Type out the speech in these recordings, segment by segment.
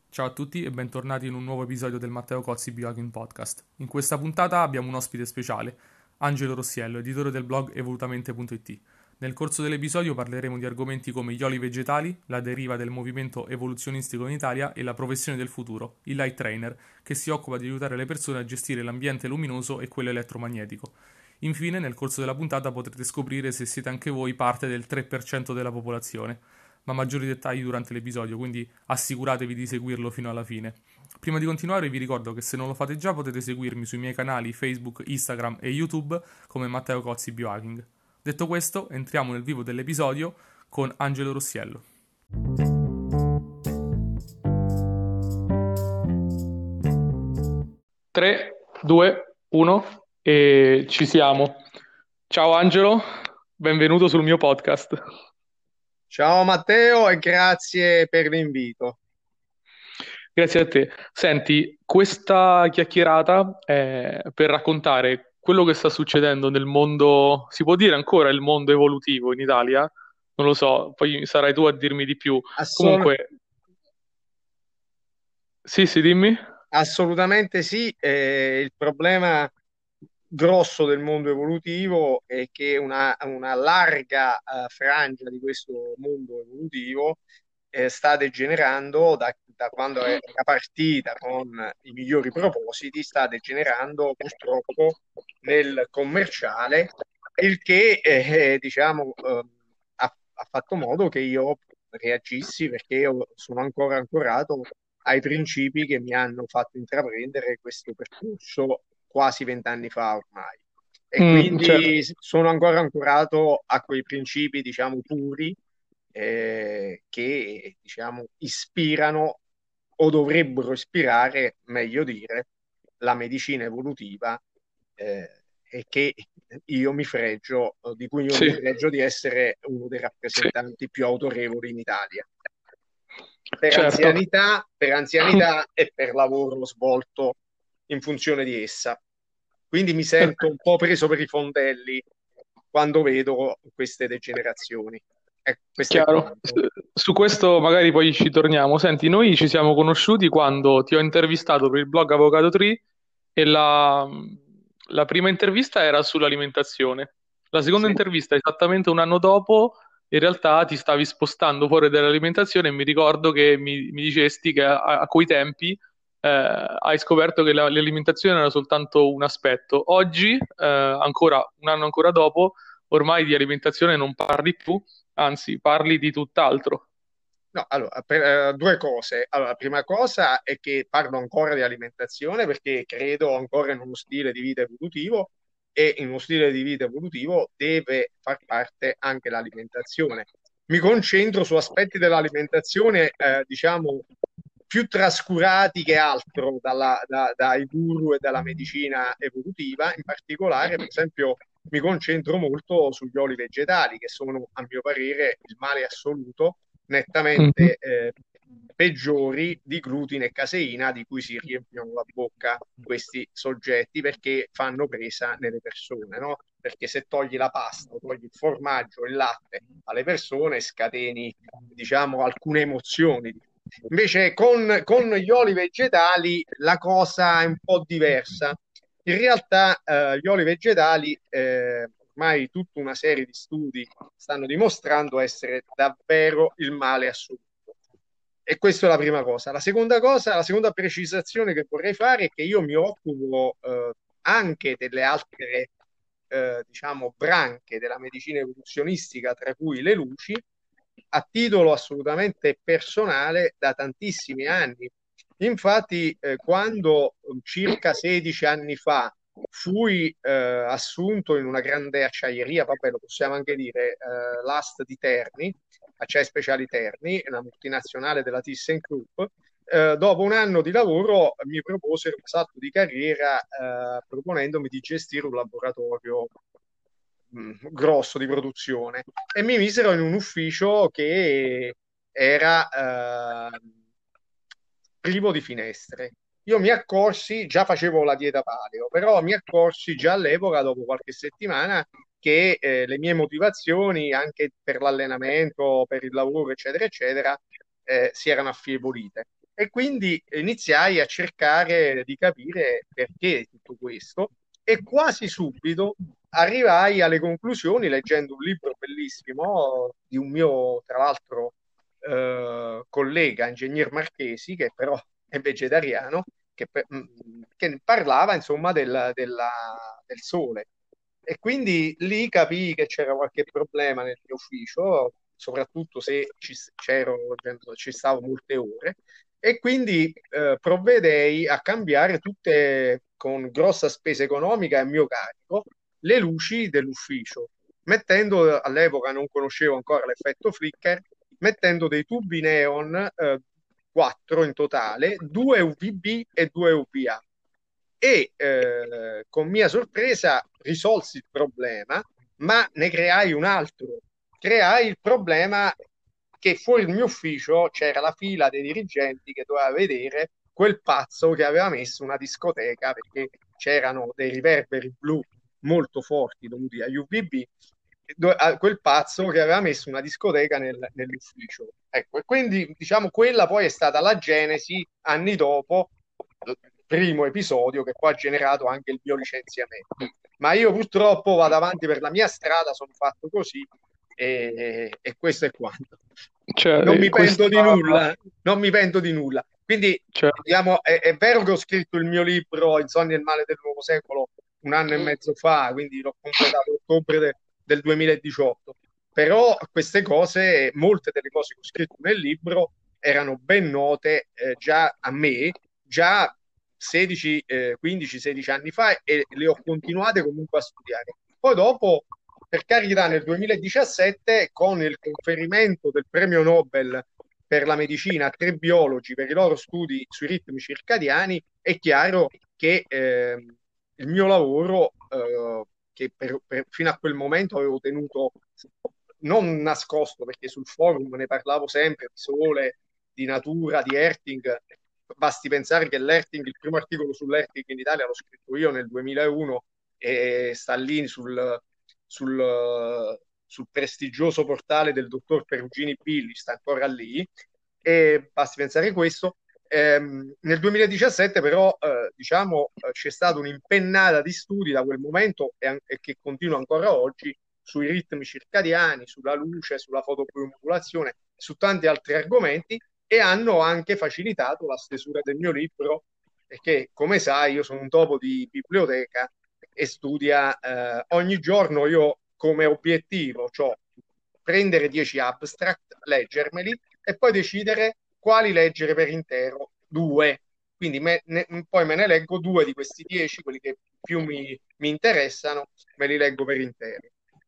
Ciao a tutti e bentornati in un nuovo episodio del Matteo Cozzi Biohacking Podcast. In questa puntata abbiamo un ospite speciale, Angelo Rossiello, editore del blog evolutamente.it. Nel corso dell'episodio parleremo di argomenti come gli oli vegetali, la deriva del movimento evoluzionistico in Italia e la professione del futuro, il light trainer, che si occupa di aiutare le persone a gestire l'ambiente luminoso e quello elettromagnetico. Infine, nel corso della puntata potrete scoprire se siete anche voi parte del 3% della popolazione, ma maggiori dettagli durante l'episodio, quindi assicuratevi di seguirlo fino alla fine. Prima di continuare vi ricordo che se non lo fate già potete seguirmi sui miei canali Facebook, Instagram e YouTube come Matteo Cozzi Biohacking. Detto questo, entriamo nel vivo dell'episodio con Angelo Rossiello. 3, 2, 1 e ci siamo. Ciao Angelo, benvenuto sul mio podcast. Ciao Matteo e grazie per l'invito. Grazie a te. Senti, questa chiacchierata è per raccontare quello che sta succedendo nel mondo, si può dire ancora il mondo evolutivo in Italia? Non lo so, poi sarai tu a dirmi di più. Assol- Comunque, sì, sì, dimmi. Assolutamente sì. Il problema grosso del mondo evolutivo è che una larga frangia di questo mondo evolutivo sta degenerando da quando era partita con i migliori propositi, sta degenerando purtroppo nel commerciale, il che diciamo ha fatto modo che io reagissi perché io sono ancora ancorato ai principi che mi hanno fatto intraprendere questo percorso quasi 20 anni fa ormai. E Certo. quindi sono ancora ancorato a quei principi, diciamo, puri che, diciamo, ispirano o dovrebbero ispirare, meglio dire, la medicina evolutiva e che io mi fregio, di cui io mi Sì, fregio di essere uno dei sì, rappresentanti più autorevoli in Italia certo. per anzianità e per lavoro svolto in funzione di essa. Quindi mi sento un po' preso per i fondelli quando vedo queste degenerazioni. Questo è Chiaro. quanto. Su questo magari poi ci torniamo. Senti, noi ci siamo conosciuti quando ti ho intervistato per il blog Avocado Tree e la prima intervista era sull'alimentazione. La seconda Sì. intervista, esattamente un anno dopo, in realtà ti stavi spostando fuori dall'alimentazione e mi ricordo che mi dicesti che a quei tempi hai scoperto che l'alimentazione era soltanto un aspetto. Oggi, ancora un anno ancora dopo, ormai di alimentazione non parli più, anzi parli di tutt'altro. No, allora, due cose. Allora, la prima cosa è che parlo ancora di alimentazione perché credo ancora in uno stile di vita evolutivo e in uno stile di vita evolutivo deve far parte anche l'alimentazione. Mi concentro su aspetti dell'alimentazione, diciamo, più trascurati che altro dai guru e dalla medicina evolutiva. In particolare, per esempio, mi concentro molto sugli oli vegetali, che sono, a mio parere, il male assoluto, Mhm. nettamente peggiori di glutine e caseina di cui si riempiono la bocca questi soggetti perché fanno presa nelle persone, no? Perché se togli la pasta, o togli il formaggio, il latte alle persone, scateni, diciamo, alcune emozioni. Invece con gli oli vegetali la cosa è un po' diversa. In realtà gli oli vegetali, ormai tutta una serie di studi stanno dimostrando essere davvero il male assoluto. E questa è la prima cosa. La seconda cosa, la seconda precisazione che vorrei fare è che io mi occupo anche delle altre, diciamo, branche della medicina evoluzionistica, tra cui le luci, a titolo assolutamente personale da tantissimi anni. Infatti, quando circa 16 anni fa fui assunto in una grande acciaieria, vabbè, lo possiamo anche dire, l'AST di Terni, Acciai Speciali Terni, una multinazionale della ThyssenKrupp. Dopo un anno di lavoro mi proposero un salto di carriera proponendomi di gestire un laboratorio grosso di produzione e mi misero in un ufficio che era privo di finestre. Io mi accorsi, già facevo la dieta paleo, però mi accorsi già all'epoca, dopo qualche settimana, che le mie motivazioni anche per l'allenamento, per il lavoro, eccetera, eccetera, si erano affievolite. E quindi iniziai a cercare di capire perché tutto questo e quasi subito arrivai alle conclusioni leggendo un libro bellissimo di un mio, tra l'altro, collega, ingegner Marchesi, che però è vegetariano, che parlava insomma del sole. E quindi lì capii che c'era qualche problema nel mio ufficio, soprattutto se ci stavo molte ore, e quindi provvedei a cambiare tutte con grossa spesa economica a mio carico le luci dell'ufficio, mettendo, all'epoca non conoscevo ancora l'effetto flicker, mettendo dei tubi neon, 4 in totale, 2 UVB e 2 UVA. E con mia sorpresa risolsi il problema, ma ne creai un altro. Creai il problema che fuori il mio ufficio c'era la fila dei dirigenti che doveva vedere quel pazzo che aveva messo una discoteca, perché c'erano dei riverberi blu molto forti dovuti agli UVB, a quel pazzo che aveva messo una discoteca nell'ufficio. Ecco, e quindi diciamo quella poi è stata la genesi anni dopo, il primo episodio che poi ha generato anche il mio licenziamento. Ma io purtroppo vado avanti per la mia strada, sono fatto così e questo è quanto. Non Cioè, mi pento di nulla, non mi pento di nulla. Quindi, cioè, diciamo, è vero che ho scritto il mio libro Insonnia e il male del nuovo secolo un anno e mezzo fa, quindi l'ho completato a ottobre del 2018. Però queste cose, molte delle cose che ho scritto nel libro erano ben note già a me, già 16, 15-16 anni fa e le ho continuate comunque a studiare. Poi dopo, per carità, nel 2017, con il conferimento del premio Nobel per la medicina a 3 biologi per i loro studi sui ritmi circadiani, è chiaro che il mio lavoro, che fino a quel momento avevo tenuto non nascosto, perché sul forum ne parlavo sempre di sole, di natura, di Herting. Basti pensare che il primo articolo sull'Herting in Italia l'ho scritto io nel 2001 e sta lì sul prestigioso portale del dottor Perugini Billi, sta ancora lì, e basti pensare questo. Nel 2017 però diciamo c'è stata un'impennata di studi da quel momento e che continua ancora oggi sui ritmi circadiani, sulla luce, sulla fotobiomodulazione, su tanti altri argomenti e hanno anche facilitato la stesura del mio libro perché come sai io sono un topo di biblioteca e studia ogni giorno. Io come obiettivo ho prendere 10 abstract, leggermeli e poi decidere quali leggere per intero, due. Quindi poi me ne leggo 2 di questi 10, quelli che più mi interessano, me li leggo per intero.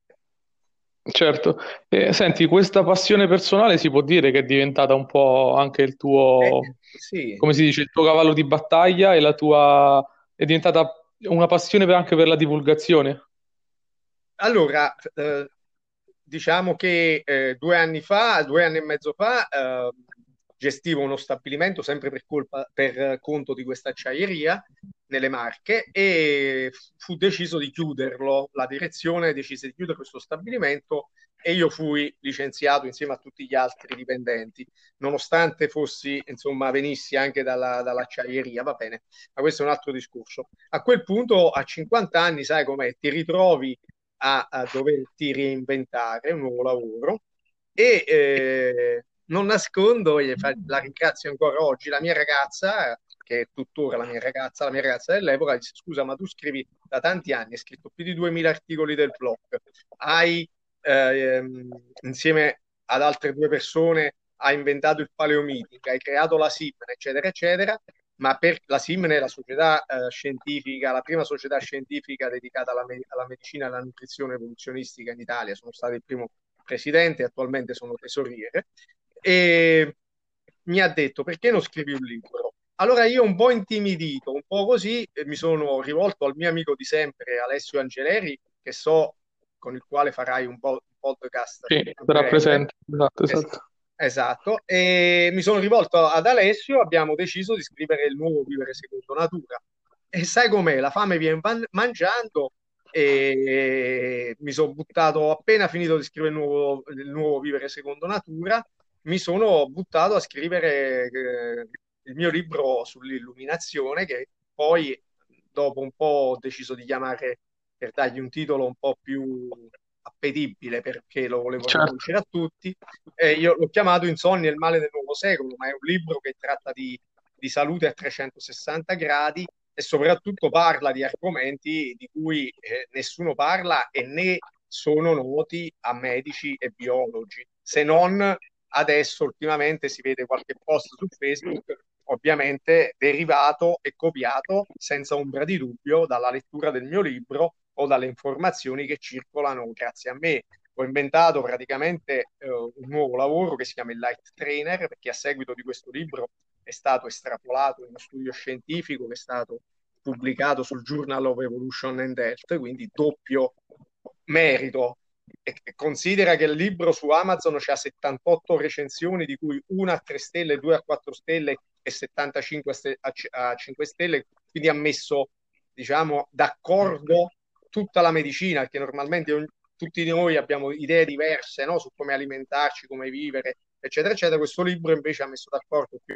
certo. Senti, questa passione personale si può dire che è diventata un po' anche il tuo, Sì, come si dice, il tuo cavallo di battaglia e la tua, è diventata una passione anche per la divulgazione? allora, diciamo che 2 anni fa, 2 anni e mezzo fa, gestivo uno stabilimento sempre per conto di questa acciaieria nelle Marche e fu deciso di chiuderlo. La direzione decise di chiudere questo stabilimento e io fui licenziato insieme a tutti gli altri dipendenti, nonostante fossi, insomma, venissi anche dall'acciaieria, va bene, ma questo è un altro discorso. A quel punto, a 50 anni, sai com'è, ti ritrovi a doverti reinventare un nuovo lavoro e non nascondo, e la ringrazio ancora oggi, la mia ragazza, che è tuttora la mia ragazza dell'epoca, disse scusa ma tu scrivi da tanti anni, hai scritto più di 2000 articoli del blog, hai insieme ad altre 2 persone hai inventato il paleomeeting, hai creato la SIMN, eccetera, eccetera, ma per la SIMN è la società scientifica, la prima società scientifica dedicata alla medicina e alla nutrizione evoluzionistica in Italia. Sono stato il primo presidente, attualmente sono tesoriere, e mi ha detto perché non scrivi un libro? Allora io un po' intimidito, un po' così, mi sono rivolto al mio amico di sempre, Alessio Angeleri, che so con il quale farai un podcast Sì, a sarà breve. presente. Esatto, Es- esatto. esatto, e mi sono rivolto ad Alessio, abbiamo deciso di scrivere il nuovo Vivere secondo natura. E sai com'è, la fame viene mangiando e mi sono buttato, appena finito di scrivere il nuovo Vivere secondo natura, mi sono buttato a scrivere il mio libro sull'illuminazione, che poi dopo un po' ho deciso di chiamare, per dargli un titolo un po' più appetibile, perché lo volevo Certo. rivolgere a tutti. E io l'ho chiamato Insonnia e il male del nuovo secolo, ma è un libro che tratta di salute a 360 gradi e soprattutto parla di argomenti di cui nessuno parla e né sono noti a medici e biologi, se non adesso ultimamente si vede qualche post su Facebook, ovviamente derivato e copiato senza ombra di dubbio dalla lettura del mio libro o dalle informazioni che circolano grazie a me. Ho inventato praticamente un nuovo lavoro che si chiama il Light Trainer, perché a seguito di questo libro è stato estrapolato in uno studio scientifico che è stato pubblicato sul Journal of Evolution and Health, quindi doppio merito. E considera che il libro su Amazon c'ha 78 recensioni, di cui una a 3 stelle, 2 a 4 stelle e 75 a 5 stelle, quindi ha messo, diciamo, d'accordo tutta la medicina, che normalmente tutti noi abbiamo idee diverse, no? Su come alimentarci, come vivere, eccetera, eccetera. Questo libro invece ha messo d'accordo più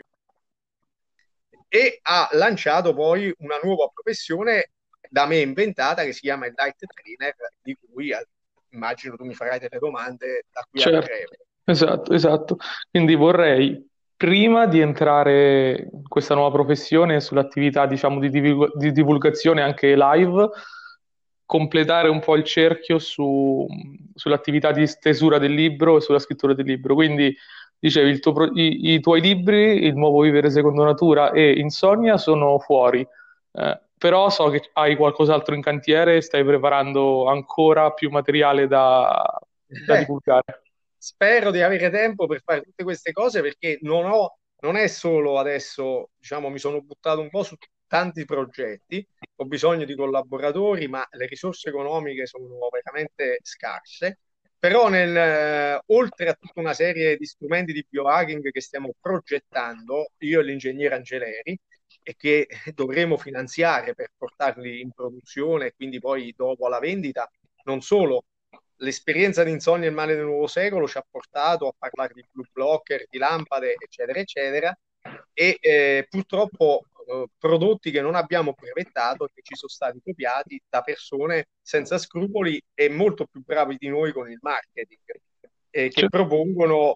e ha lanciato poi una nuova professione da me inventata che si chiama il Light Trainer, di cui immagino tu mi farai delle domande da qui a Certo, breve. esatto, esatto. Quindi vorrei, prima di entrare in questa nuova professione, sull'attività, diciamo, di divulgazione anche live, completare un po' il cerchio sull'attività di stesura del libro e sulla scrittura del libro. Quindi, dicevi, i tuoi libri, Il nuovo vivere secondo natura e Insonnia sono fuori. Però so che hai qualcos'altro in cantiere, stai preparando ancora più materiale da Eh, divulgare. Spero di avere tempo per fare tutte queste cose perché non è solo adesso, diciamo, mi sono buttato un po' su tanti progetti, ho bisogno di collaboratori, ma le risorse economiche sono veramente scarse. Però oltre a tutta una serie di strumenti di biohacking che stiamo progettando, io e l'ingegnere Angeleri, e che dovremo finanziare per portarli in produzione e quindi poi dopo alla vendita, non solo l'esperienza di Insonnia e il male del nuovo secolo ci ha portato a parlare di blue blocker, di lampade, eccetera, eccetera, e purtroppo prodotti che non abbiamo brevettato e che ci sono stati copiati da persone senza scrupoli e molto più bravi di noi con il marketing, che Cioè, propongono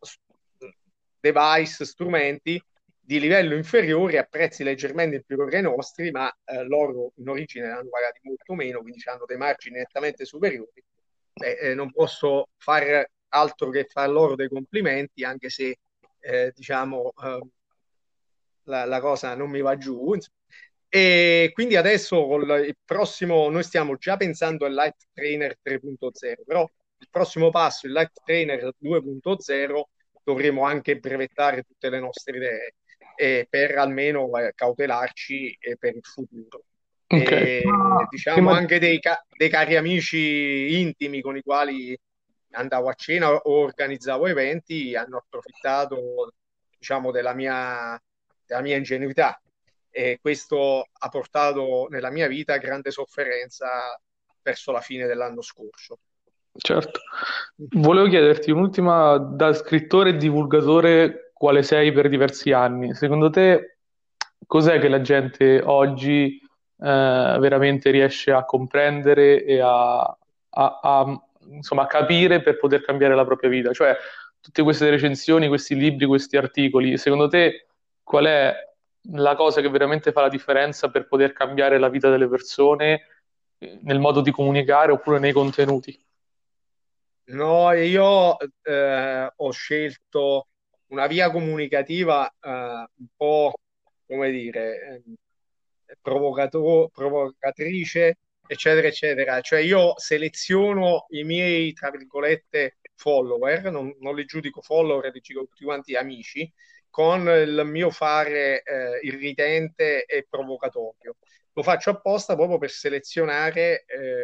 device, strumenti di livello inferiore a prezzi leggermente inferiori ai nostri, ma loro in origine hanno pagati molto meno, quindi hanno dei margini nettamente superiori. Non posso fare altro che far loro dei complimenti, anche se diciamo la cosa non mi va giù. E quindi adesso il prossimo, noi stiamo già pensando al Light Trainer 3.0, però il prossimo passo, il Light Trainer 2.0, dovremo anche brevettare tutte le nostre idee per almeno cautelarci per il futuro. ok. E, diciamo Prima anche dei cari amici intimi con i quali andavo a cena o organizzavo eventi hanno approfittato, diciamo, della mia ingenuità e questo ha portato nella mia vita grande sofferenza verso la fine dell'anno scorso. Certo. Volevo chiederti un'ultima, da scrittore e divulgatore, quale sei per diversi anni. Secondo te, cos'è che la gente oggi veramente riesce a comprendere e insomma, a capire per poter cambiare la propria vita? Cioè, tutte queste recensioni, questi libri, questi articoli, secondo te, qual è la cosa che veramente fa la differenza per poter cambiare la vita delle persone nel modo di comunicare oppure nei contenuti? No, io ho scelto una via comunicativa un po', come dire, provocatrice, eccetera, eccetera. Cioè io seleziono i miei, tra virgolette, follower, non li giudico follower, li giudico tutti quanti amici, con il mio fare irridente e provocatorio. Lo faccio apposta proprio per selezionare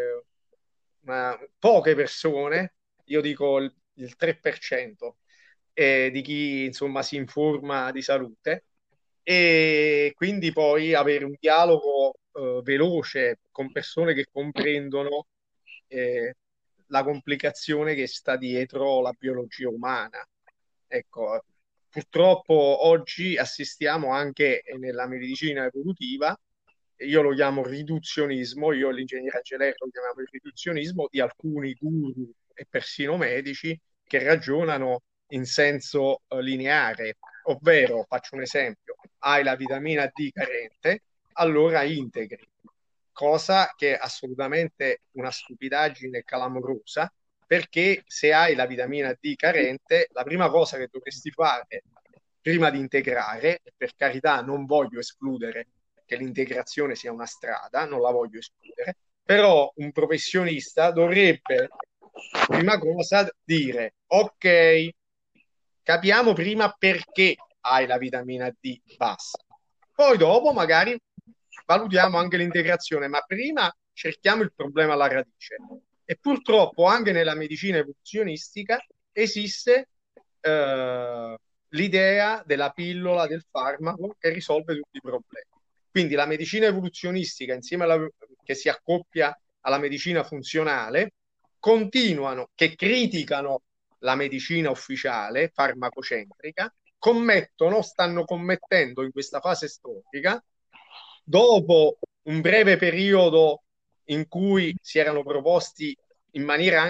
poche persone, io dico il 3% di chi insomma si informa di salute e quindi poi avere un dialogo veloce con persone che comprendono eh, la complicazione che sta dietro la biologia umana. Ecco, purtroppo oggi assistiamo anche nella medicina evolutiva, io lo chiamo riduzionismo, io e l'ingegnere Angeletto lo chiamiamo il riduzionismo di alcuni guru e persino medici che ragionano in senso lineare, ovvero, faccio un esempio, hai la vitamina D carente, allora integri, cosa che è assolutamente una stupidaggine clamorosa, perché se hai la vitamina D carente, la prima cosa che dovresti fare prima di integrare, e per carità non voglio escludere che l'integrazione sia una strada, non la voglio escludere, però un professionista dovrebbe, prima cosa, dire, ok, capiamo prima perché hai la vitamina D bassa, poi dopo magari valutiamo anche l'integrazione, ma prima cerchiamo il problema alla radice. E purtroppo anche nella medicina evoluzionistica esiste l'idea della pillola, del farmaco che risolve tutti i problemi. Quindi la medicina evoluzionistica, insieme che si accoppia alla medicina funzionale, continuano, che criticano la medicina ufficiale, farmacocentrica, stanno commettendo in questa fase storica, dopo un breve periodo in cui si erano proposti in maniera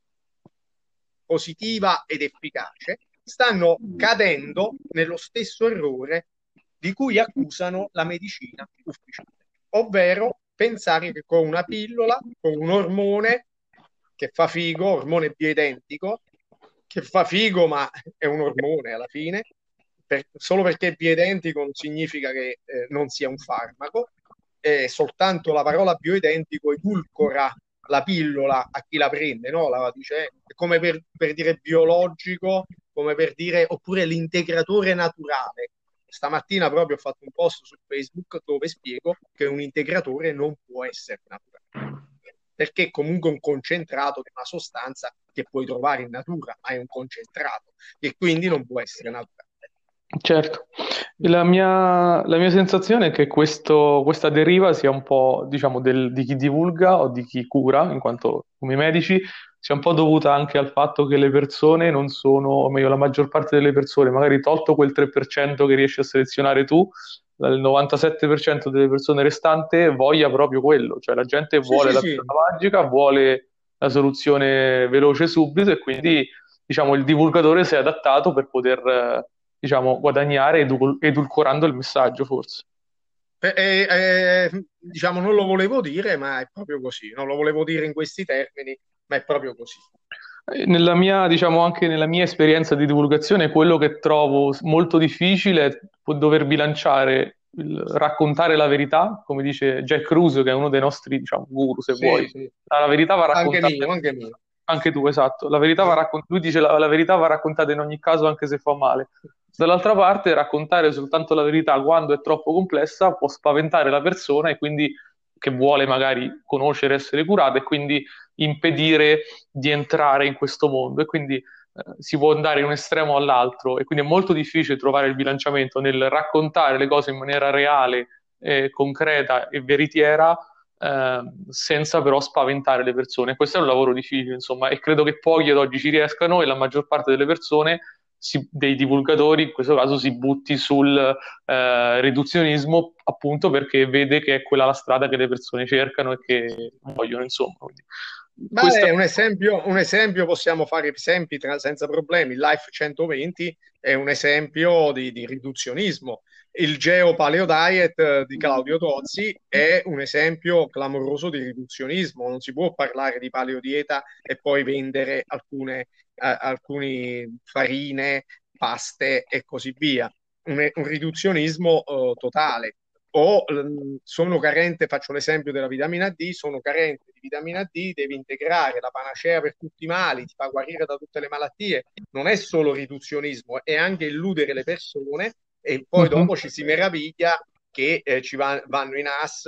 positiva ed efficace, stanno cadendo nello stesso errore di cui accusano la medicina ufficiale, ovvero pensare che con una pillola, con un ormone che fa figo, ormone bioidentico, che fa figo ma è un ormone alla fine, solo perché è bioidentico non significa che non sia un farmaco, soltanto la parola bioidentico edulcora la pillola a chi la prende, no? È come per dire biologico, come per dire, oppure l'integratore naturale. Stamattina proprio ho fatto un post su Facebook dove spiego che un integratore non può essere naturale, perché è comunque un concentrato di una sostanza che puoi trovare in natura, ma è un concentrato e quindi non può essere naturale. Certo, la mia sensazione è che questa deriva sia un po', diciamo, di chi divulga o di chi cura, in quanto come medici, sia un po' dovuta anche al fatto che le persone non sono, o meglio, la maggior parte delle persone, magari tolto quel 3% che riesci a selezionare tu, il 97% delle persone restante voglia proprio quello, cioè la gente Sì, vuole sì, la sì. pillola magica, vuole la soluzione veloce subito e quindi, diciamo, il divulgatore si è adattato per poter diciamo, guadagnare edulcorando il messaggio, forse. Diciamo, non lo volevo dire, ma è proprio così. Non lo volevo dire in questi termini, ma è proprio così. Nella mia, diciamo, anche nella mia esperienza di divulgazione, quello che trovo molto difficile è dover bilanciare il raccontare la verità, come dice Jack Russo, che è uno dei nostri, diciamo, guru, se vuoi. Sì, sì. La verità va Anche raccontata. mio, anche mio. Anche tu, esatto. La verità lui dice la verità va raccontata in ogni caso, anche se fa male. Dall'altra parte, raccontare soltanto la verità quando è troppo complessa può spaventare la persona e quindi che vuole magari conoscere, essere curata e quindi impedire di entrare in questo mondo. E quindi si può andare in un estremo all'altro e quindi è molto difficile trovare il bilanciamento nel raccontare le cose in maniera reale, concreta e veritiera senza però spaventare le persone. Questo è un lavoro difficile, insomma, e credo che pochi ad oggi ci riescano e la maggior parte delle persone, dei divulgatori, in questo caso, si butti sul riduzionismo appunto perché vede che è quella la strada che le persone cercano e che vogliono, insomma. Quindi, Beh, un esempio possiamo fare esempi senza problemi. Il Life 120 è un esempio di riduzionismo. Il Geo Paleo Diet di Claudio Tozzi è un esempio clamoroso di riduzionismo. Non si può parlare di paleodieta e poi vendere alcune farine, paste e così via. Un riduzionismo totale. O sono carente, faccio l'esempio della vitamina D, sono carente di vitamina D, devi integrare la panacea per tutti i mali, ti fa guarire da tutte le malattie. Non è solo riduzionismo, è anche illudere le persone e poi dopo ci si meraviglia che vanno in AS,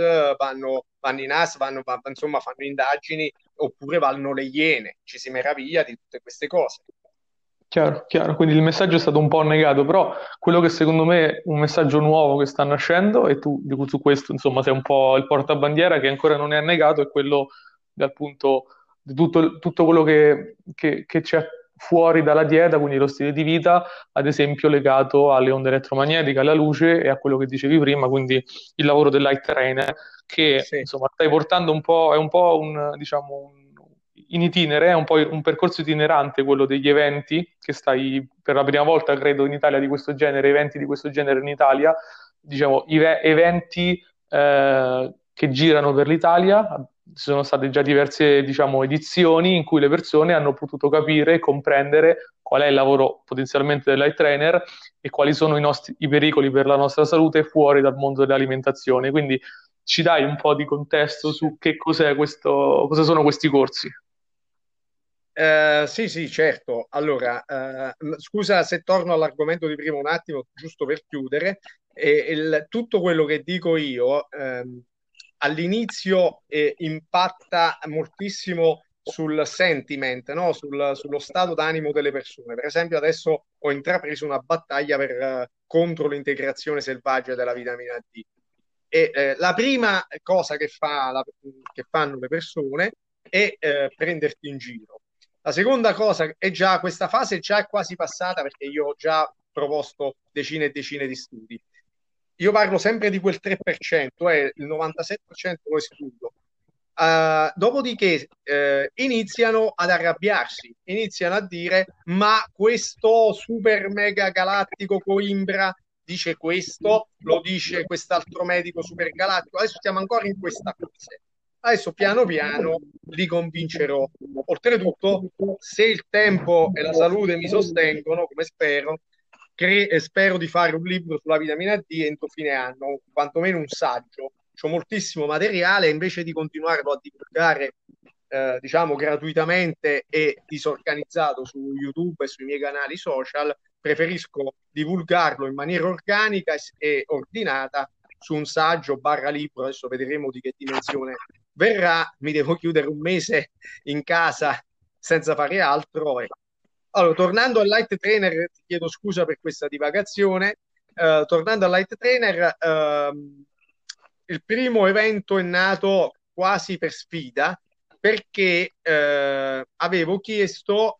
insomma fanno indagini oppure vanno le Iene, ci si meraviglia di tutte queste cose. Chiaro, chiaro, quindi il messaggio è stato un po' negato, però quello che secondo me è un messaggio nuovo che sta nascendo, e tu su questo insomma sei un po' il portabandiera che ancora non è annegato, è quello dal punto di tutto quello che ci ha fuori dalla dieta, quindi lo stile di vita, ad esempio legato alle onde elettromagnetiche, alla luce e a quello che dicevi prima, quindi il lavoro del light trainer, che Sì. insomma stai portando un po', è un po' un, diciamo, in itinere, è un po' un percorso itinerante quello degli eventi, che stai per la prima volta, credo, in Italia di questo genere, eventi di questo genere in Italia, diciamo, eventi che girano per l'Italia. Ci sono state già diverse, diciamo, edizioni in cui le persone hanno potuto capire e comprendere qual è il lavoro potenzialmente del light trainer e quali sono i pericoli per la nostra salute fuori dal mondo dell'alimentazione. Quindi ci dai un po' di contesto su che cos'è questo, cosa sono questi corsi? Sì, sì, certo. Allora, scusa se torno all'argomento di prima un attimo, giusto per chiudere. Tutto quello che dico io all'inizio impatta moltissimo sul sentiment, no? Sullo stato d'animo delle persone. Per esempio, adesso ho intrapreso una battaglia contro l'integrazione selvaggia della vitamina D. La prima cosa che fanno le persone è prenderti in giro. La seconda cosa è già questa fase è già quasi passata perché io ho già proposto decine e decine di studi. Io parlo sempre di quel 3%, il 97% lo escludo. Dopodiché iniziano ad arrabbiarsi, iniziano a dire: ma questo super mega galattico Coimbra dice questo, lo dice quest'altro medico super galattico. Adesso stiamo ancora in questa fase. Adesso piano piano li convincerò. Oltretutto, se il tempo e la salute mi sostengono, come spero, spero di fare un libro sulla vitamina D entro fine anno, quantomeno un saggio. C'ho moltissimo materiale, invece di continuarlo a divulgare diciamo gratuitamente e disorganizzato su YouTube e sui miei canali social, preferisco divulgarlo in maniera organica e ordinata su un saggio barra libro. Adesso vedremo di che dimensione verrà. Mi devo chiudere un mese in casa senza fare altro. Allora, tornando al light trainer, ti chiedo scusa per questa divagazione. Tornando al light trainer, il primo evento è nato quasi per sfida perché avevo chiesto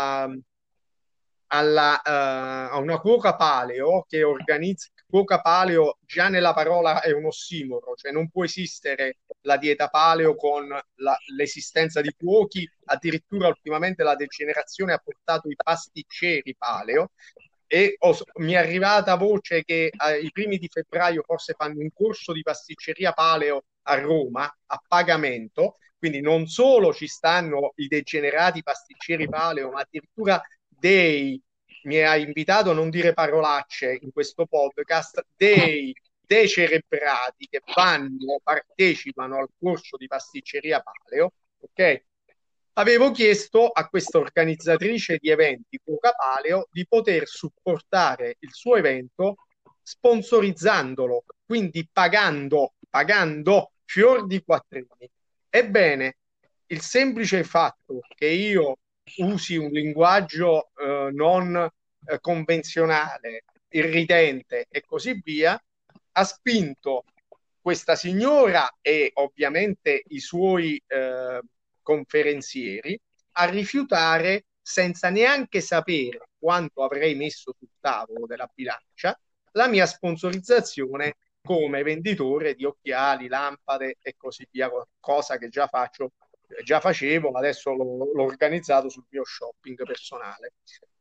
a una cuoca paleo che organizza cuoca paleo. Già nella parola è un ossimoro, cioè non può esistere la dieta paleo con l'esistenza di cuochi. Addirittura ultimamente la degenerazione ha portato i pasticceri paleo e mi è arrivata voce che ai primi di febbraio forse fanno un corso di pasticceria paleo a Roma a pagamento. Quindi non solo ci stanno i degenerati pasticceri paleo, ma addirittura mi ha invitato a non dire parolacce in questo podcast, dei decerebrati che partecipano al corso di pasticceria paleo, ok? Avevo chiesto a questa organizzatrice di eventi, Cuoca Paleo, di poter supportare il suo evento sponsorizzandolo, quindi pagando fior di quattrini. Ebbene, il semplice fatto che io usi un linguaggio non convenzionale, irridente e così via, ha spinto questa signora e ovviamente i suoi conferenzieri a rifiutare, senza neanche sapere quanto avrei messo sul tavolo della bilancia, la mia sponsorizzazione come venditore di occhiali, lampade e così via, cosa che già facevo, ma adesso l'ho organizzato sul mio shopping personale.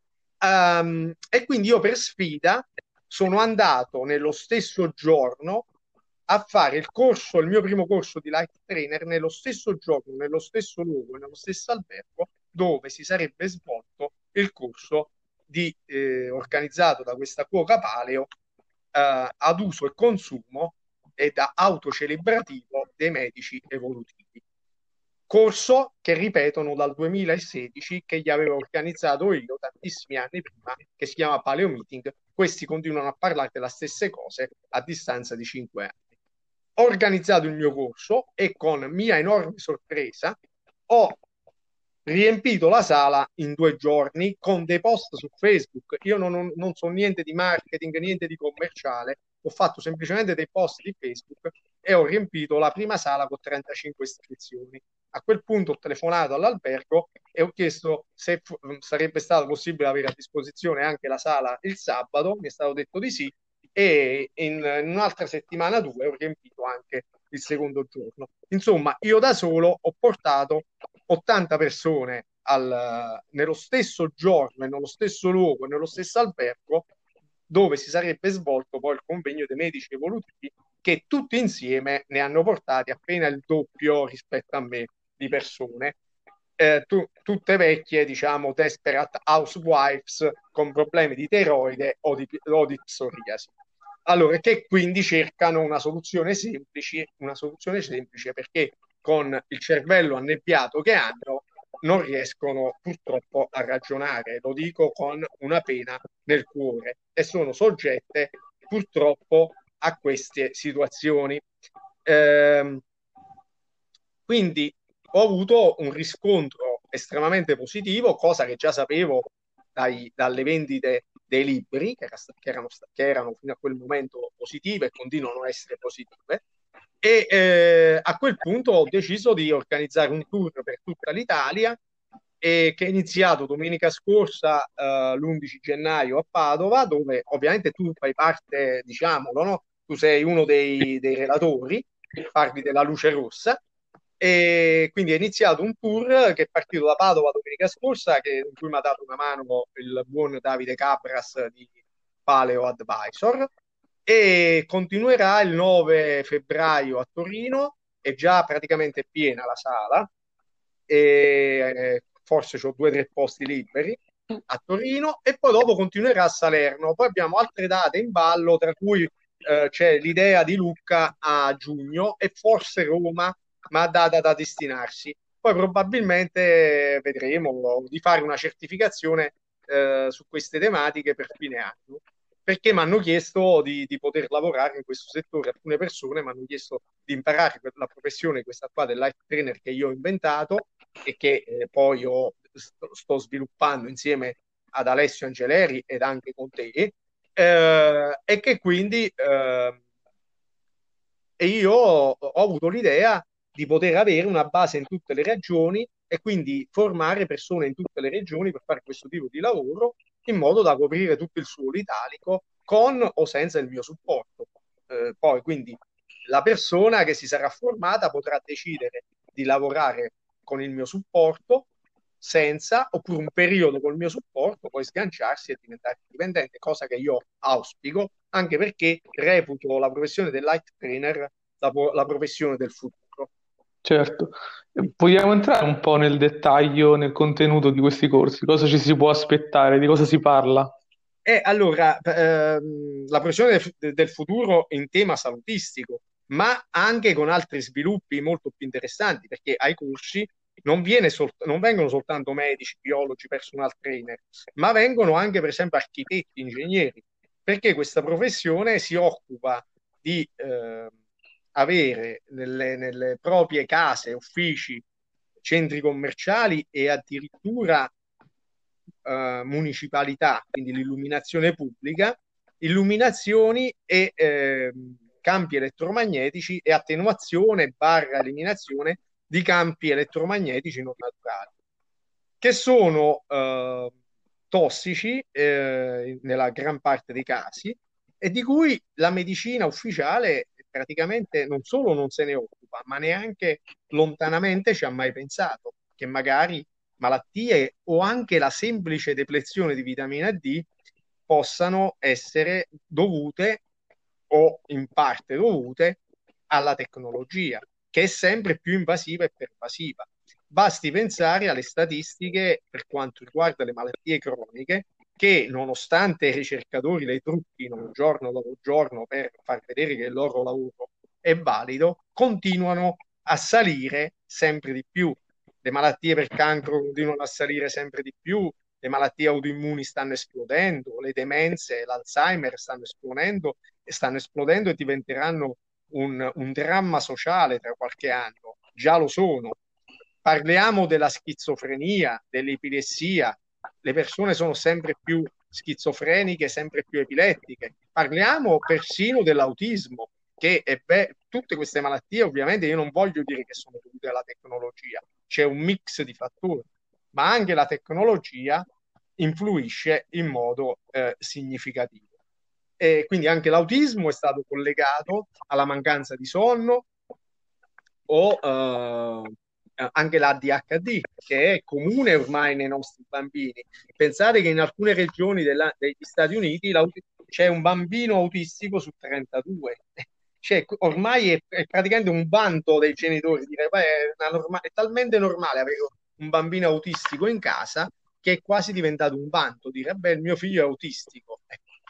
E quindi io per sfida sono andato nello stesso giorno a fare il mio primo corso di light trainer nello stesso giorno, nello stesso luogo, nello stesso albergo dove si sarebbe svolto il corso organizzato da questa cuoca paleo ad uso e consumo e da autocelebrativo dei medici evolutivi. Corso che ripetono dal 2016, che gli avevo organizzato io tantissimi anni prima, che si chiama Paleo Meeting. Questi continuano a parlare delle stesse cose a distanza di 5 anni. Ho organizzato il mio corso e con mia enorme sorpresa ho riempito la sala in 2 giorni con dei post su Facebook. Io non so niente di marketing, niente di commerciale, ho fatto semplicemente dei post di Facebook e ho riempito la prima sala con 35 iscrizioni. A quel punto ho telefonato all'albergo e ho chiesto se sarebbe stato possibile avere a disposizione anche la sala il sabato, mi è stato detto di sì, e in un'altra settimana, 2, ho riempito anche il secondo giorno. Insomma, io da solo ho portato 80 persone nello stesso giorno e nello stesso luogo e nello stesso albergo dove si sarebbe svolto poi il convegno dei medici evolutivi, che tutti insieme ne hanno portati appena il doppio rispetto a me di persone, tutte vecchie, diciamo, desperate housewives con problemi di tiroide o di psoriasi. Allora, che quindi cercano una soluzione semplice perché con il cervello annebbiato che hanno non riescono purtroppo a ragionare, lo dico con una pena nel cuore, e sono soggette purtroppo a queste situazioni. Quindi ho avuto un riscontro estremamente positivo, cosa che già sapevo dalle vendite dei libri, che erano fino a quel momento positive e continuano a essere positive. E a quel punto ho deciso di organizzare un tour per tutta l'Italia, che è iniziato domenica scorsa, l'11 gennaio a Padova, dove ovviamente tu fai parte, diciamolo, no? Tu sei uno dei relatori, parli della Luce Rossa, e quindi è iniziato un tour che è partito da Padova domenica scorsa, in cui mi ha dato una mano il buon Davide Cabras di Paleo Advisor, e continuerà il 9 febbraio a Torino. È già praticamente piena la sala, e forse ho 2 o 3 posti liberi a Torino, e poi dopo continuerà a Salerno. Poi abbiamo altre date in ballo, tra cui c'è l'idea di Lucca a giugno e forse Roma, ma data da destinarsi. Poi probabilmente vedremo di fare una certificazione su queste tematiche per fine anno, perché mi hanno chiesto di poter lavorare in questo settore. Alcune persone mi hanno chiesto di imparare la professione, questa qua del life trainer, che io ho inventato e che poi sto sviluppando insieme ad Alessio Angeleri ed anche con te, e che quindi e io ho avuto l'idea di poter avere una base in tutte le regioni e quindi formare persone in tutte le regioni per fare questo tipo di lavoro, in modo da coprire tutto il suolo italico con o senza il mio supporto. Poi quindi la persona che si sarà formata potrà decidere di lavorare con il mio supporto, senza, oppure un periodo col mio supporto, poi sganciarsi e diventare dipendente, cosa che io auspico, anche perché reputo la professione del life trainer la professione del futuro. Certo. Vogliamo entrare un po' nel dettaglio, nel contenuto di questi corsi? Cosa ci si può aspettare? Di cosa si parla? E allora, la professione del futuro in tema salutistico, ma anche con altri sviluppi molto più interessanti, perché ai corsi non vengono soltanto medici, biologi, personal trainer, ma vengono anche, per esempio, architetti, ingegneri, perché questa professione si occupa di avere nelle proprie case, uffici, centri commerciali e addirittura municipalità, quindi l'illuminazione pubblica, illuminazioni e campi elettromagnetici e attenuazione barra eliminazione di campi elettromagnetici non naturali, che sono tossici nella gran parte dei casi, e di cui la medicina ufficiale praticamente non solo non se ne occupa, ma neanche lontanamente ci ha mai pensato, che magari malattie o anche la semplice deplezione di vitamina D possano essere dovute o in parte dovute alla tecnologia, che è sempre più invasiva e pervasiva. Basti pensare alle statistiche per quanto riguarda le malattie croniche, che nonostante i ricercatori le truccchino giorno dopo giorno per far vedere che il loro lavoro è valido, continuano a salire sempre di più. Le malattie per cancro continuano a salire sempre di più, le malattie autoimmuni stanno esplodendo, le demenze, l'Alzheimer stanno esplodendo e diventeranno un dramma sociale tra qualche anno. Già lo sono. Parliamo della schizofrenia, dell'epilessia. Le persone sono sempre più schizofreniche, sempre più epilettiche. Parliamo persino dell'autismo. tutte queste malattie, ovviamente, io non voglio dire che sono dovute alla tecnologia, c'è un mix di fattori, ma anche la tecnologia influisce in modo significativo. E quindi anche l'autismo è stato collegato alla mancanza di sonno o anche l'ADHD, che è comune ormai nei nostri bambini. Pensate che in alcune regioni degli Stati Uniti c'è un bambino autistico su 32. Cioè, ormai è praticamente un vanto dei genitori dire, "Beh, è talmente normale avere un bambino autistico in casa che è quasi diventato un vanto dire, beh, il mio figlio è autistico.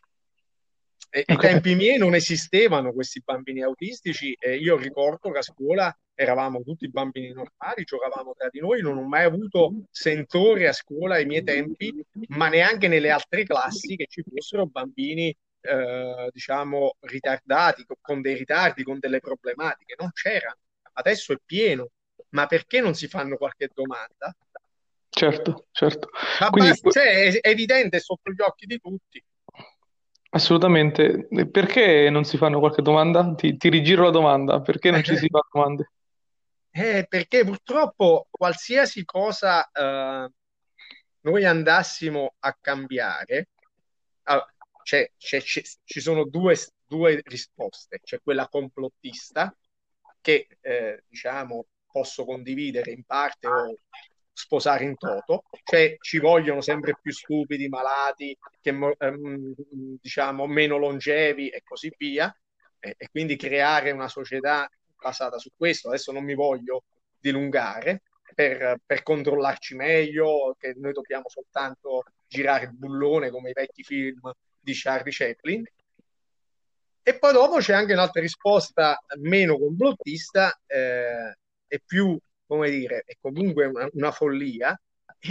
Ai Ok. tempi miei non esistevano questi bambini autistici e io ricordo che a scuola eravamo tutti bambini normali, giocavamo tra di noi, non ho mai avuto sentore a scuola ai miei tempi, ma neanche nelle altre classi che ci fossero bambini, diciamo, ritardati, con dei ritardi, con delle problematiche. Non c'erano. Adesso è pieno. Ma perché non si fanno qualche domanda? Certo, certo. Ma Quindi basta, cioè, è evidente, è sotto gli occhi di tutti. assolutamente. Perché non si fanno qualche domanda? Ti rigiro la domanda. Perché non ci si fa domande? Perché purtroppo qualsiasi cosa noi andassimo a cambiare, allora, ci sono due risposte. C'è quella complottista, che diciamo posso condividere in parte o sposare in toto, cioè ci vogliono sempre più stupidi, malati, diciamo meno longevi e così via, e quindi creare una società basata su questo. Adesso non mi voglio dilungare per controllarci meglio, che noi dobbiamo soltanto girare il bullone come i vecchi film di Charlie Chaplin. E poi dopo c'è anche un'altra risposta meno complottista, e più, come dire, è comunque una follia,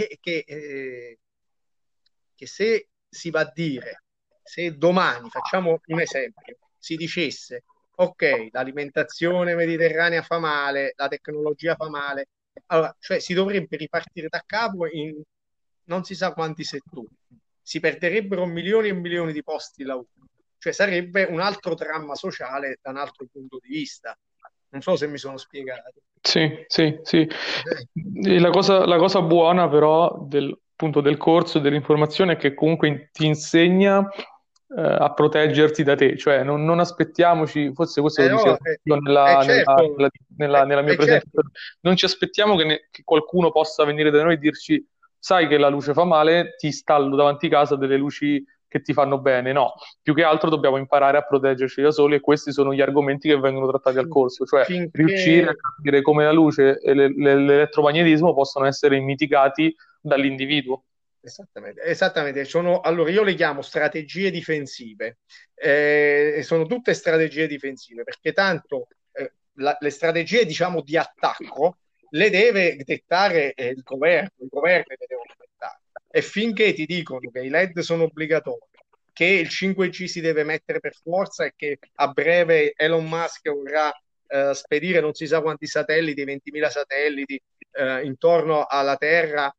che se si va a dire, se domani, facciamo un esempio, si dicesse, ok, l'alimentazione mediterranea fa male, la tecnologia fa male, allora, cioè si dovrebbe ripartire da capo in non si sa quanti settori, si perderebbero milioni e milioni di posti di lavoro, cioè sarebbe un altro dramma sociale da un altro punto di vista. Non so se mi sono spiegato. Sì, sì, sì. E la cosa buona però appunto, del corso e dell'informazione è che comunque ti insegna a proteggerti da te, cioè non aspettiamoci, forse questo lo No, dicevo io certo, nella mia certo. presentazione, non ci aspettiamo che qualcuno possa venire da noi e dirci, sai che la luce fa male, ti installo davanti casa delle luci che ti fanno bene, no, più che altro dobbiamo imparare a proteggerci da soli e questi sono gli argomenti che vengono trattati al corso, cioè riuscire a Finché capire come la luce e l'elettromagnetismo possono essere mitigati dall'individuo. Esattamente, esattamente. Allora io le chiamo strategie difensive, e sono tutte strategie difensive perché tanto le strategie, diciamo, di attacco le deve dettare il governo le deve dettare. E finché ti dicono che i LED sono obbligatori, che il 5G si deve mettere per forza e che a breve Elon Musk vorrà spedire non si sa quanti satelliti, 20.000 satelliti intorno alla Terra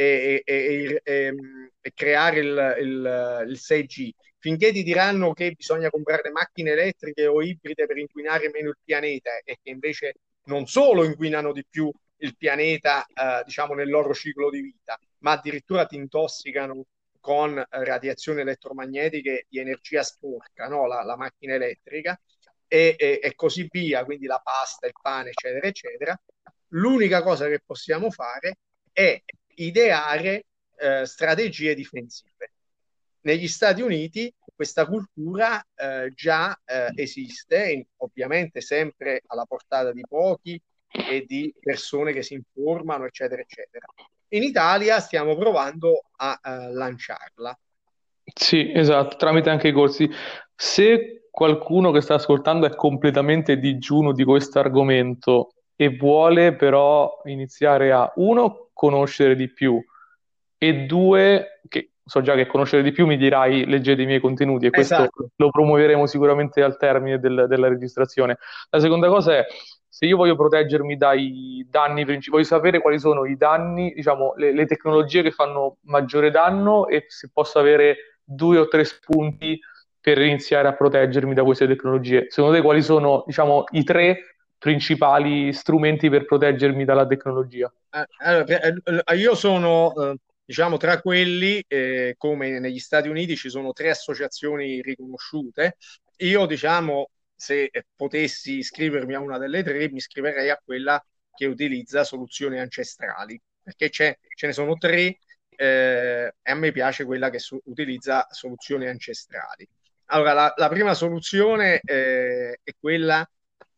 e creare il 6G, finché ti diranno che bisogna comprare macchine elettriche o ibride per inquinare meno il pianeta e che invece non solo inquinano di più il pianeta, diciamo, nel loro ciclo di vita, ma addirittura ti intossicano con radiazioni elettromagnetiche di energia sporca, no? La macchina elettrica e così via, quindi la pasta, il pane, eccetera, eccetera. L'unica cosa che possiamo fare è ideare strategie difensive. Negli Stati Uniti questa cultura già esiste, ovviamente sempre alla portata di pochi e di persone che si informano, eccetera, eccetera. In Italia stiamo provando a lanciarla. Sì, esatto, tramite anche i corsi. Se qualcuno che sta ascoltando è completamente digiuno di questo argomento e vuole però iniziare a, uno, conoscere di più e due, che so già che conoscere di più mi dirai leggete i miei contenuti e questo Esatto. lo promuoveremo sicuramente al termine della registrazione. La seconda cosa è, se io voglio proteggermi dai danni principali, voglio sapere quali sono i danni, diciamo, le tecnologie che fanno maggiore danno e se posso avere due o tre spunti per iniziare a proteggermi da queste tecnologie? Secondo te quali sono, diciamo, i tre principali strumenti per proteggermi dalla tecnologia? Allora, io sono, diciamo, tra quelli, come negli Stati Uniti ci sono tre associazioni riconosciute. Io, diciamo, se potessi iscrivermi a una delle tre, mi iscriverei a quella che utilizza soluzioni ancestrali, perché ce ne sono tre, e a me piace quella che utilizza soluzioni ancestrali. Allora, la prima soluzione, è quella,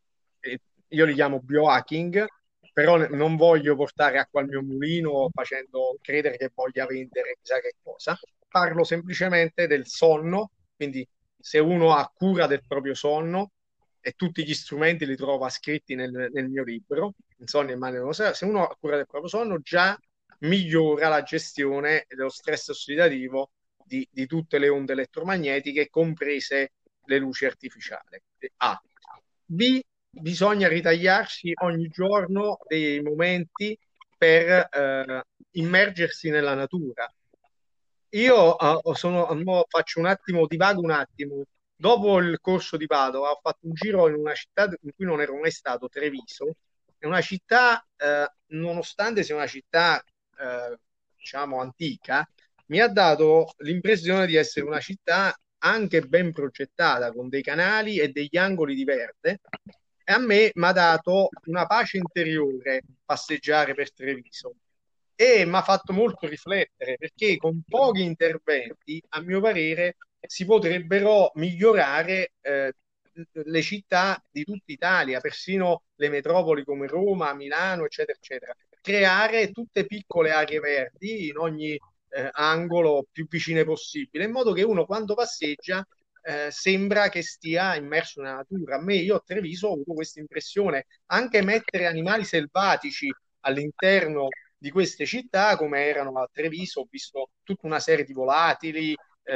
io li chiamo biohacking, però non voglio portare acqua al mio mulino facendo credere che voglia vendere chissà che cosa. Parlo semplicemente del sonno, quindi se uno ha cura del proprio sonno, e tutti gli strumenti li trova scritti nel mio libro, Insonnia e Male Rosa, se uno ha cura del proprio sonno già migliora la gestione dello stress ossidativo di tutte le onde elettromagnetiche, comprese le luci artificiali. A. B. Bisogna ritagliarsi ogni giorno dei momenti per immergersi nella natura. Io faccio un attimo, divago un attimo. Dopo il corso di Padova ho fatto un giro in una città in cui non ero mai stato, Treviso. È una città, nonostante sia una città, diciamo, antica, mi ha dato l'impressione di essere una città anche ben progettata, con dei canali e degli angoli di verde. E a me mi ha dato una pace interiore passeggiare per Treviso e mi ha fatto molto riflettere, perché con pochi interventi, a mio parere, si potrebbero migliorare le città di tutta Italia, persino le metropoli come Roma, Milano, eccetera, eccetera. Creare tutte piccole aree verdi in ogni angolo più vicine possibile, in modo che uno quando passeggia sembra che stia immerso nella natura. Io a Treviso ho avuto questa impressione. Anche mettere animali selvatici all'interno di queste città, come erano a Treviso, ho visto tutta una serie di volatili,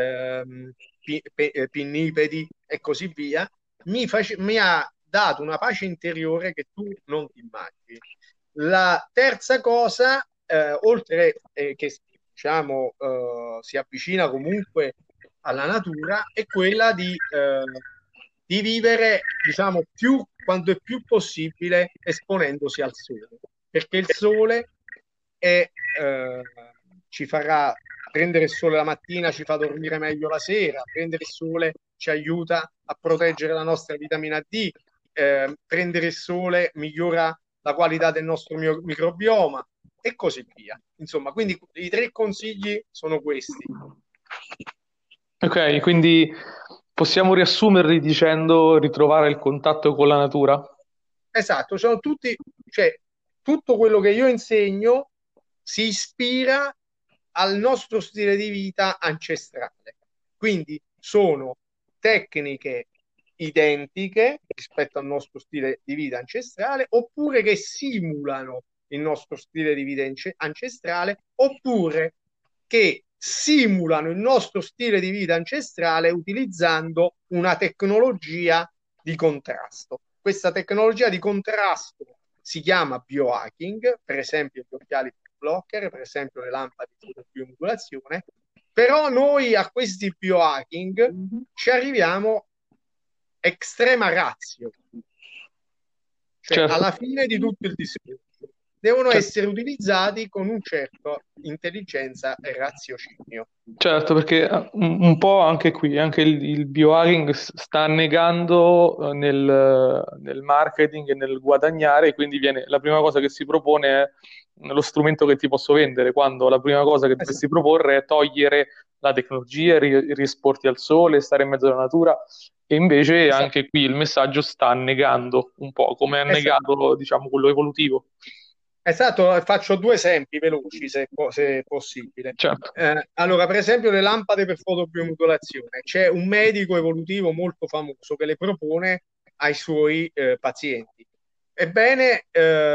pinnipedi e così via, mi ha dato una pace interiore che tu non ti immagini. La terza cosa, oltre che diciamo si avvicina comunque alla natura, è quella di vivere, diciamo, quanto è più possibile esponendosi al sole, perché il sole ci farà prendere il sole la mattina, ci fa dormire meglio la sera, prendere il sole ci aiuta a proteggere la nostra vitamina D, prendere il sole migliora la qualità del nostro microbioma e così via. Insomma, quindi i tre consigli sono questi. Ok, quindi possiamo riassumerli dicendo ritrovare il contatto con la natura? Esatto, sono tutti, cioè, tutto quello che io insegno si ispira al nostro stile di vita ancestrale. Quindi sono tecniche identiche rispetto al nostro stile di vita ancestrale, oppure che simulano il nostro stile di vita ancestrale, oppure che simulano il nostro stile di vita ancestrale utilizzando una tecnologia di contrasto. Questa tecnologia di contrasto si chiama biohacking, per esempio gli occhiali blocker, per esempio le lampade di fotobiomodulazione, però noi a questi biohacking ci arriviamo extrema ratio, cioè Certo. alla fine di tutto il discorso devono essere utilizzati con un certo intelligenza e raziocinio. Certo, perché un po' anche qui, anche il biohacking sta negando nel marketing e nel guadagnare, quindi la prima cosa che si propone è lo strumento che ti posso vendere, quando la prima cosa che dovresti proporre è togliere la tecnologia, riesporti al sole, stare in mezzo alla natura, e invece anche qui il messaggio sta negando un po', come ha negato, diciamo, quello evolutivo. Esatto, faccio due esempi veloci se è possibile. Certo. Allora, per esempio, le lampade per fotobiomodulazione. C'è un medico evolutivo molto famoso che le propone ai suoi pazienti. Ebbene,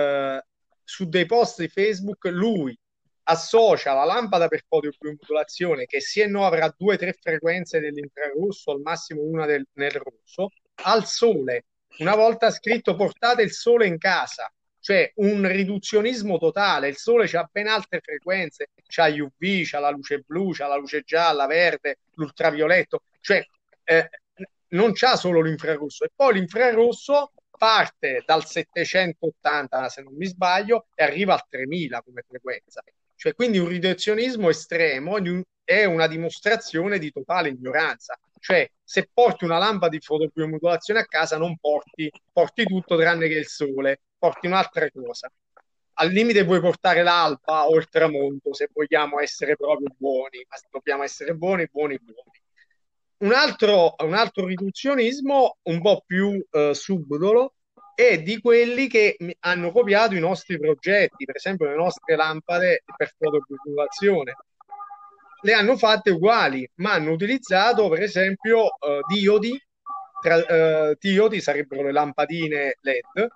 su dei post di Facebook lui associa la lampada per fotobiomodulazione, che sì e no avrà 2-3 frequenze dell'infrarosso, al massimo una nel rosso, al sole. Una volta scritto portate il sole in casa, cioè un riduzionismo totale. Il sole ha ben altre frequenze, c'ha UV, c'ha la luce blu, c'ha la luce gialla, verde, l'ultravioletto, cioè eh, non c'ha solo l'infrarosso, e poi l'infrarosso parte dal 780, se non mi sbaglio, e arriva al 3000 come frequenza. Cioè, quindi un riduzionismo estremo è una dimostrazione di totale ignoranza. Cioè, se porti una lampada di fotobiomodulazione a casa, non porti tutto tranne che il sole, porti un'altra cosa. Al limite puoi portare l'alba o il tramonto se vogliamo essere proprio buoni, ma se dobbiamo essere buoni, buoni, buoni. Un altro riduzionismo un po' più subdolo è di quelli che hanno copiato i nostri progetti, per esempio le nostre lampade per fotobiomodulazione. Le hanno fatte uguali, ma hanno utilizzato per esempio diodi, diodi sarebbero le lampadine LED,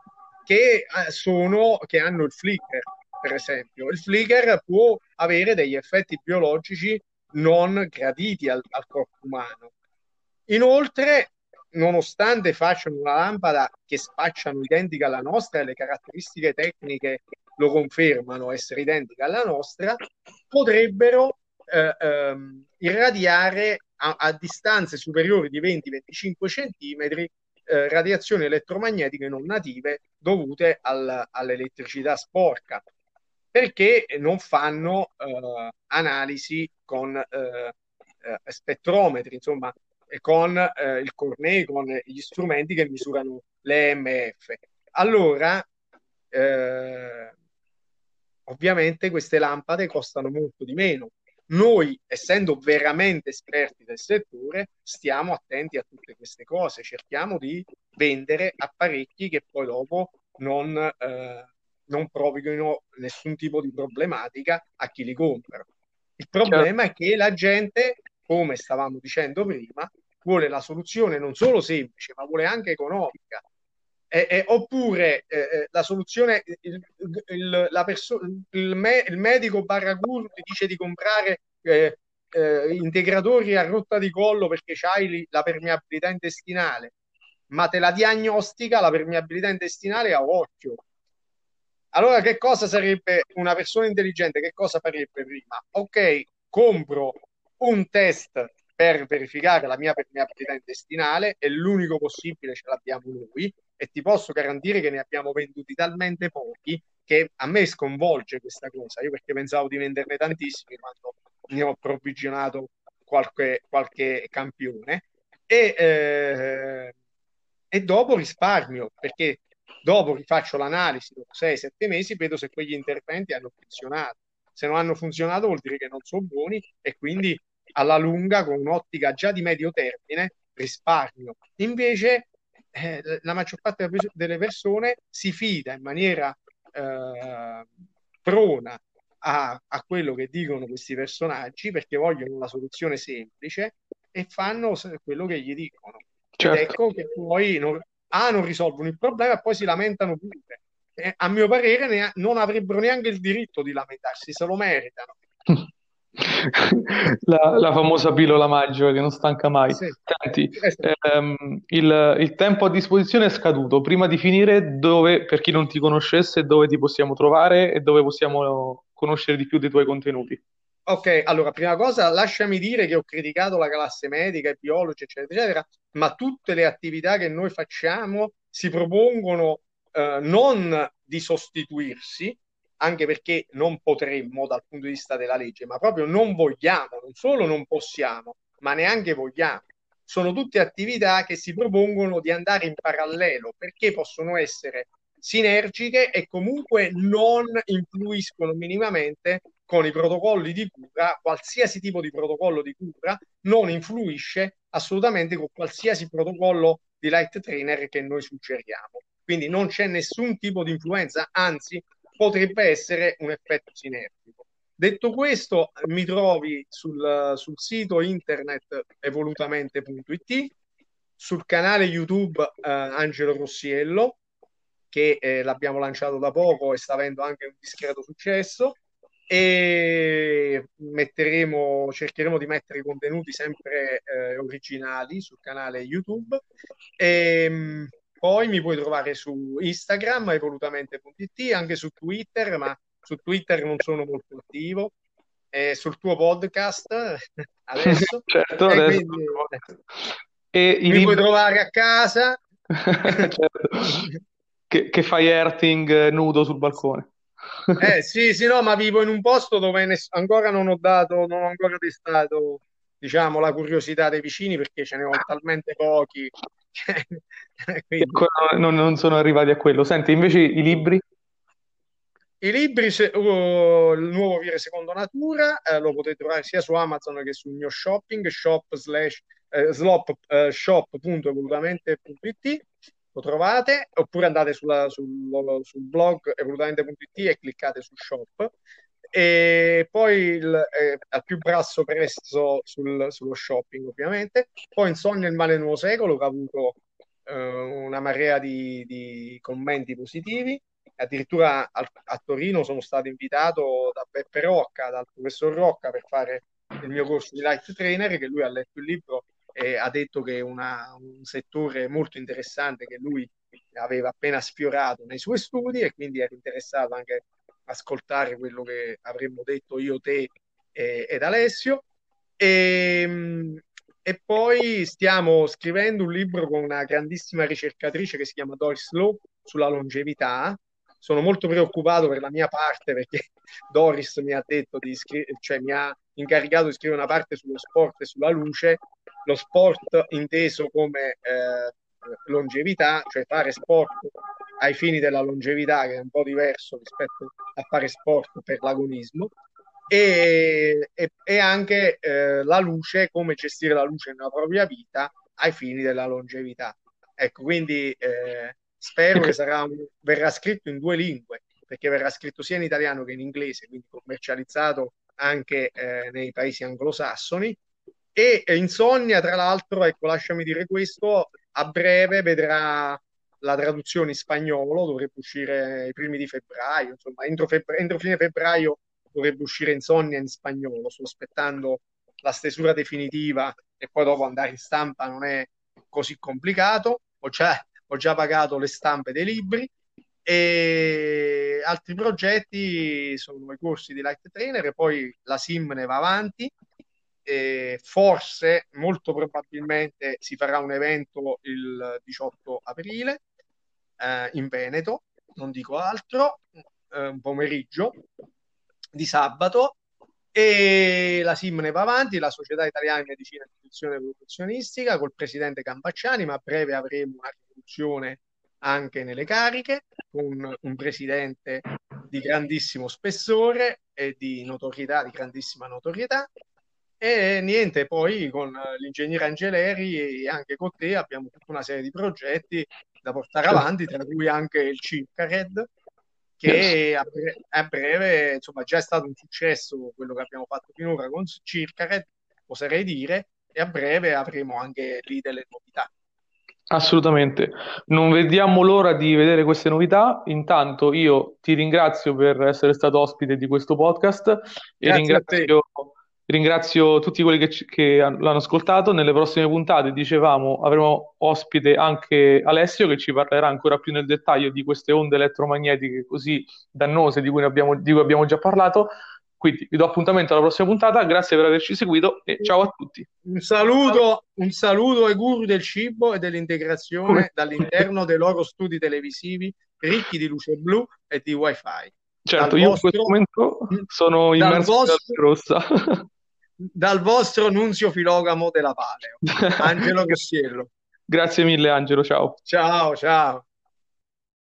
che hanno il flicker, per esempio. Il flicker può avere degli effetti biologici non graditi al corpo umano. Inoltre, nonostante facciano una lampada che spacciano identica alla nostra e le caratteristiche tecniche lo confermano essere identica alla nostra, potrebbero irradiare a distanze superiori di 20-25 centimetri radiazioni elettromagnetiche non native dovute all'elettricità sporca, perché non fanno analisi con spettrometri, insomma, con il Cornei, con gli strumenti che misurano l'EMF. Allora, eh, ovviamente queste lampade costano molto di meno. Noi, essendo veramente esperti del settore, stiamo attenti a tutte queste cose, cerchiamo di vendere apparecchi che poi dopo non provochino nessun tipo di problematica a chi li compra. Il problema è che la gente, come stavamo dicendo prima, vuole la soluzione non solo semplice, ma vuole anche economica. Oppure la soluzione, il medico barra guru ti dice di comprare integratori a rotta di collo perché c'hai la permeabilità intestinale, ma te la diagnostica la permeabilità intestinale a occhio. Allora, che cosa sarebbe una persona intelligente? Che cosa farebbe prima? Ok, compro un test per verificare la mia permeabilità intestinale, è l'unico possibile, ce l'abbiamo noi, e ti posso garantire che ne abbiamo venduti talmente pochi che a me sconvolge questa cosa. Io perché pensavo di venderne tantissimi quando ne ho approvvigionato qualche campione e dopo risparmio, perché dopo rifaccio l'analisi dopo 6-7 mesi, vedo se quegli interventi hanno funzionato. Se non hanno funzionato vuol dire che non sono buoni e quindi alla lunga, con un'ottica già di medio termine, risparmio. Invece la maggior parte delle persone si fida in maniera prona a quello che dicono questi personaggi perché vogliono una soluzione semplice e fanno quello che gli dicono. Ed Certo. ecco che poi non risolvono il problema e poi si lamentano pure. A mio parere non avrebbero neanche il diritto di lamentarsi, se lo meritano. La famosa pillola magica che non stanca mai. Sì. Senti, Esatto. il tempo a disposizione è scaduto. Prima di finire, dove, per chi non ti conoscesse, dove ti possiamo trovare e dove possiamo conoscere di più dei tuoi contenuti? Ok, allora, prima cosa, lasciami dire che ho criticato la classe medica, i biologi, eccetera, eccetera, ma tutte le attività che noi facciamo si propongono non di sostituirsi, anche perché non potremmo dal punto di vista della legge, ma proprio non vogliamo, non solo non possiamo, ma neanche vogliamo. Sono tutte attività che si propongono di andare in parallelo perché possono essere sinergiche e comunque non influiscono minimamente con i protocolli di cura, qualsiasi tipo di protocollo di cura non influisce assolutamente con qualsiasi protocollo di light trainer che noi suggeriamo. Quindi non c'è nessun tipo di influenza, anzi potrebbe essere un effetto sinergico. Detto questo, mi trovi sul sito internet evolutamente.it, sul canale YouTube Angelo Rossiello, che l'abbiamo lanciato da poco e sta avendo anche un discreto successo e cercheremo di mettere contenuti sempre originali sul canale YouTube e poi mi puoi trovare su Instagram evolutamente.it, anche su Twitter, ma su Twitter non sono molto attivo sul tuo podcast adesso, Certo, e adesso. quindi E i mi puoi libri? trovare a casa. Certo. Che fai earthing nudo sul balcone. Sì, sì, no, ma vivo in un posto dove ancora non ho ancora testato, diciamo, la curiosità dei vicini perché ce ne ho talmente pochi. E Quindi, ancora non sono arrivati a quello. Senti, invece i libri? i libri, il nuovo Vivere Secondo Natura, lo potete trovare sia su Amazon che sul mio shopping, shop.evolutamente.it, lo trovate, oppure andate sul blog evolutamente.it e cliccate su shop. E poi al più basso prezzo sullo shopping, ovviamente. Poi Insonnia il male nuovo secolo, che ha avuto una marea di commenti positivi. Addirittura a Torino sono stato invitato da Beppe Rocca, dal professor Rocca, per fare il mio corso di Light Trainer, che lui ha letto il libro e ha detto che è un settore molto interessante che lui aveva appena sfiorato nei suoi studi, e quindi era interessato anche a ascoltare quello che avremmo detto io, te ed Alessio. E poi stiamo scrivendo un libro con una grandissima ricercatrice che si chiama Doris Lowe sulla longevità. Sono molto preoccupato per la mia parte perché Doris mi ha detto cioè mi ha incaricato di scrivere una parte sullo sport e sulla luce, lo sport inteso come longevità, cioè fare sport ai fini della longevità, che è un po' diverso rispetto a fare sport per l'agonismo, e anche la luce, come gestire la luce nella propria vita ai fini della longevità. Ecco, quindi spero che verrà scritto in 2 lingue, perché verrà scritto sia in italiano che in inglese, quindi commercializzato anche nei paesi anglosassoni. E Insonnia, tra l'altro, ecco, lasciami dire questo, a breve vedrà la traduzione in spagnolo, dovrebbe uscire i primi di febbraio, insomma, entro fine febbraio dovrebbe uscire Insonnia in spagnolo. Sto aspettando la stesura definitiva e poi dopo andare in stampa non è così complicato. Ho già pagato le stampe dei libri, e altri progetti sono i corsi di Light Trainer, e poi la SIM ne va avanti. E forse, molto probabilmente, si farà un evento il 18 aprile in Veneto, non dico altro, un pomeriggio di sabato. E la SIM ne va avanti, la Società Italiana di Medicina e Nutrizione Evoluzionistica, col presidente Campacciani, ma a breve avremo una rivoluzione anche nelle cariche, con un presidente di grandissimo spessore e di notorietà, di grandissima notorietà. E niente, poi con l'ingegnere Angeleri e anche con te abbiamo tutta una serie di progetti da portare avanti, tra cui anche il Circared, Yes. che a breve, insomma, già è stato un successo quello che abbiamo fatto finora con Circared, oserei dire, e a breve avremo anche lì delle novità. Assolutamente, non vediamo l'ora di vedere queste novità. Intanto io ti ringrazio per essere stato ospite di questo podcast e Grazie a te. ringrazio tutti quelli che l'hanno ascoltato. Nelle prossime puntate, dicevamo, avremo ospite anche Alessio che ci parlerà ancora più nel dettaglio di queste onde elettromagnetiche così dannose di cui abbiamo già parlato. Quindi vi do appuntamento alla prossima puntata, grazie per averci seguito e ciao a tutti. Un saluto ai guru del cibo e dell'integrazione dall'interno dei loro studi televisivi ricchi di luce blu e di wifi. Certo, io in questo momento sono dal immerso nella vostro, luce rossa. dal vostro nunzio filogamo della Paleo, Angelo Rossiello. Grazie mille, Angelo, ciao. Ciao, ciao.